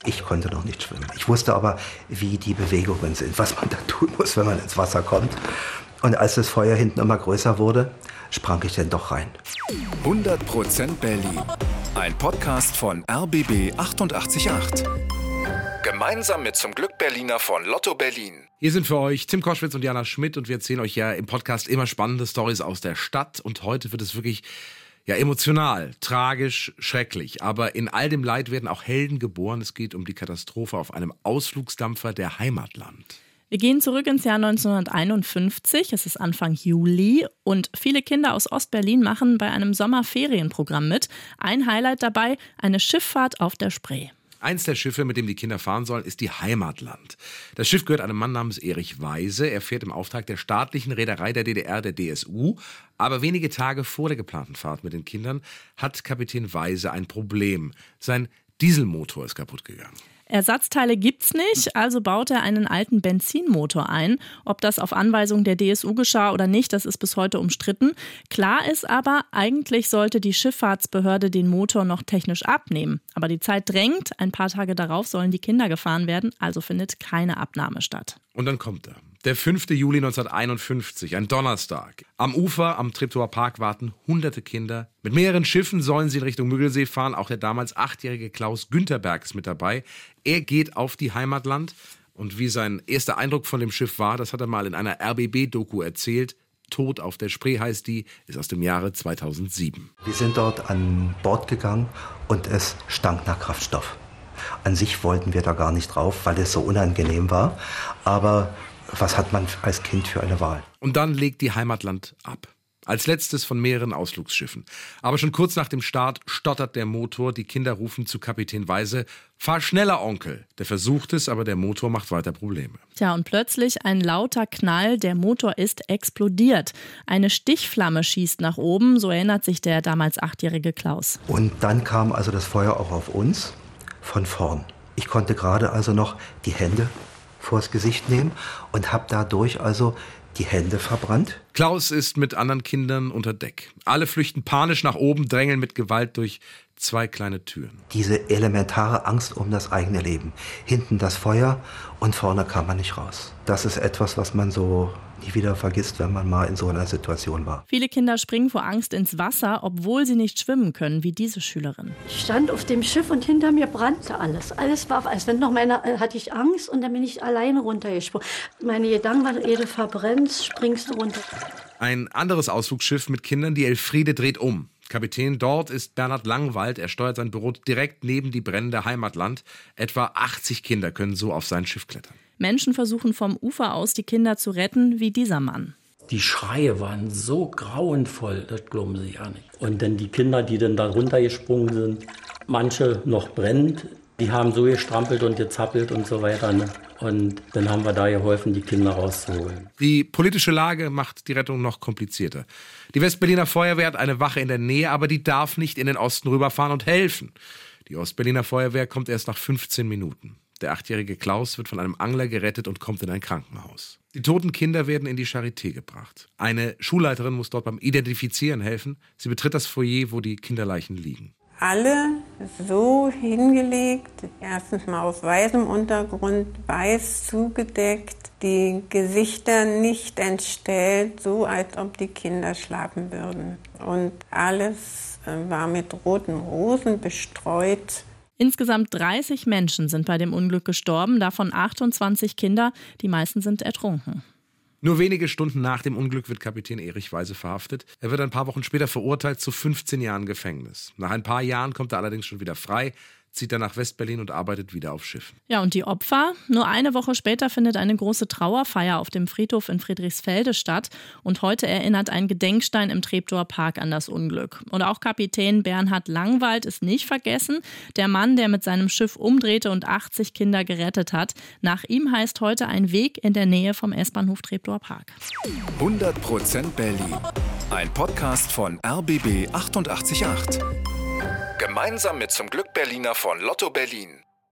Ich konnte noch nicht schwimmen. Ich wusste aber, wie die Bewegungen sind, was man da tun muss, wenn man ins Wasser kommt. Und als das Feuer hinten immer größer wurde, sprang ich dann doch rein. 100% Berlin. Ein Podcast von RBB 888. Gemeinsam mit Zum Glück Berliner von Lotto Berlin. Hier sind für euch Tim Koschwitz und Jana Schmidt und wir erzählen euch ja im Podcast immer spannende Storys aus der Stadt. Und heute wird es wirklich emotional, tragisch, schrecklich. Aber in all dem Leid werden auch Helden geboren. Es geht um die Katastrophe auf einem Ausflugsdampfer der Heimatland. Wir gehen zurück ins Jahr 1951, es ist Anfang Juli und viele Kinder aus Ostberlin machen bei einem Sommerferienprogramm mit. Ein Highlight dabei, eine Schifffahrt auf der Spree. Eins der Schiffe, mit dem die Kinder fahren sollen, ist die Heimatland. Das Schiff gehört einem Mann namens Erich Weise. Er fährt im Auftrag der staatlichen Reederei der DDR, der DSU. Aber wenige Tage vor der geplanten Fahrt mit den Kindern hat Kapitän Weise ein Problem. Sein Dieselmotor ist kaputt gegangen. Ersatzteile gibt's nicht, also baut er einen alten Benzinmotor ein. Ob das auf Anweisung der DSU geschah oder nicht, das ist bis heute umstritten. Klar ist aber, eigentlich sollte die Schifffahrtsbehörde den Motor noch technisch abnehmen. Aber die Zeit drängt, ein paar Tage darauf sollen die Kinder gefahren werden, also findet keine Abnahme statt. Und dann kommt er. Der 5. Juli 1951, ein Donnerstag. Am Ufer, am Treptower Park warten hunderte Kinder. Mit mehreren Schiffen sollen sie in Richtung Müggelsee fahren. Auch der damals 8-jährige Klaus Günterberg ist mit dabei. Er geht auf die Heimatland. Und wie sein erster Eindruck von dem Schiff war, das hat er mal in einer RBB-Doku erzählt. Tod auf der Spree heißt die, ist aus dem Jahre 2007. Wir sind dort an Bord gegangen und es stank nach Kraftstoff. An sich wollten wir da gar nicht drauf, weil es so unangenehm war. Aber was hat man als Kind für eine Wahl? Und dann legt die Heimatland ab. Als letztes von mehreren Ausflugsschiffen. Aber schon kurz nach dem Start stottert der Motor. Die Kinder rufen zu Kapitän Weise: Fahr schneller, Onkel. Der versucht es, aber der Motor macht weiter Probleme. Tja, und plötzlich ein lauter Knall. Der Motor ist explodiert. Eine Stichflamme schießt nach oben, so erinnert sich der damals 8-jährige Klaus. Und dann kam also das Feuer auch auf uns von vorn. Ich konnte gerade also noch die Hände vors Gesicht nehmen und habe dadurch also die Hände verbrannt. Klaus ist mit anderen Kindern unter Deck. Alle flüchten panisch nach oben, drängeln mit Gewalt durch 2 kleine Türen. Diese elementare Angst um das eigene Leben. Hinten das Feuer und vorne kam man nicht raus. Das ist etwas, was man so nie wieder vergisst, wenn man mal in so einer Situation war. Viele Kinder springen vor Angst ins Wasser, obwohl sie nicht schwimmen können, wie diese Schülerin. Ich stand auf dem Schiff und hinter mir brannte alles. Alles war, als wenn noch hatte ich Angst und dann bin ich alleine runtergesprungen. Meine Gedanken waren, ehe du verbrennst, springst du runter. Ein anderes Ausflugsschiff mit Kindern, die Elfriede, dreht um. Kapitän dort ist Bernhard Langwald. Er steuert sein Büro direkt neben die brennende Heimatland. Etwa 80 Kinder können so auf sein Schiff klettern. Menschen versuchen vom Ufer aus, die Kinder zu retten, wie dieser Mann. Die Schreie waren so grauenvoll, das glauben Sie ja nicht. Und dann die Kinder, die dann da runtergesprungen sind, manche noch brennend, die haben so gestrampelt und gezappelt und so weiter. Ne? Und dann haben wir da geholfen, die Kinder rauszuholen. Die politische Lage macht die Rettung noch komplizierter. Die Westberliner Feuerwehr hat eine Wache in der Nähe, aber die darf nicht in den Osten rüberfahren und helfen. Die Ostberliner Feuerwehr kommt erst nach 15 Minuten. Der 8-jährige Klaus wird von einem Angler gerettet und kommt in ein Krankenhaus. Die toten Kinder werden in die Charité gebracht. Eine Schulleiterin muss dort beim Identifizieren helfen. Sie betritt das Foyer, wo die Kinderleichen liegen. Alle so hingelegt, erstens mal auf weißem Untergrund, weiß zugedeckt, die Gesichter nicht entstellt, so als ob die Kinder schlafen würden. Und alles war mit roten Rosen bestreut. Insgesamt 30 Menschen sind bei dem Unglück gestorben, davon 28 Kinder, die meisten sind ertrunken. Nur wenige Stunden nach dem Unglück wird Kapitän Erich Weise verhaftet. Er wird ein paar Wochen später verurteilt zu 15 Jahren Gefängnis. Nach ein paar Jahren kommt er allerdings schon wieder frei, zieht er nach Westberlin und arbeitet wieder auf Schiffen. Ja, und die Opfer? Nur eine Woche später findet eine große Trauerfeier auf dem Friedhof in Friedrichsfelde statt. Und heute erinnert ein Gedenkstein im Treptower Park an das Unglück. Und auch Kapitän Bernhard Langwald ist nicht vergessen. Der Mann, der mit seinem Schiff umdrehte und 80 Kinder gerettet hat. Nach ihm heißt heute ein Weg in der Nähe vom S-Bahnhof Treptower Park. 100% Berlin. Ein Podcast von RBB 888. Gemeinsam mit Zum Glück Berliner von Lotto Berlin.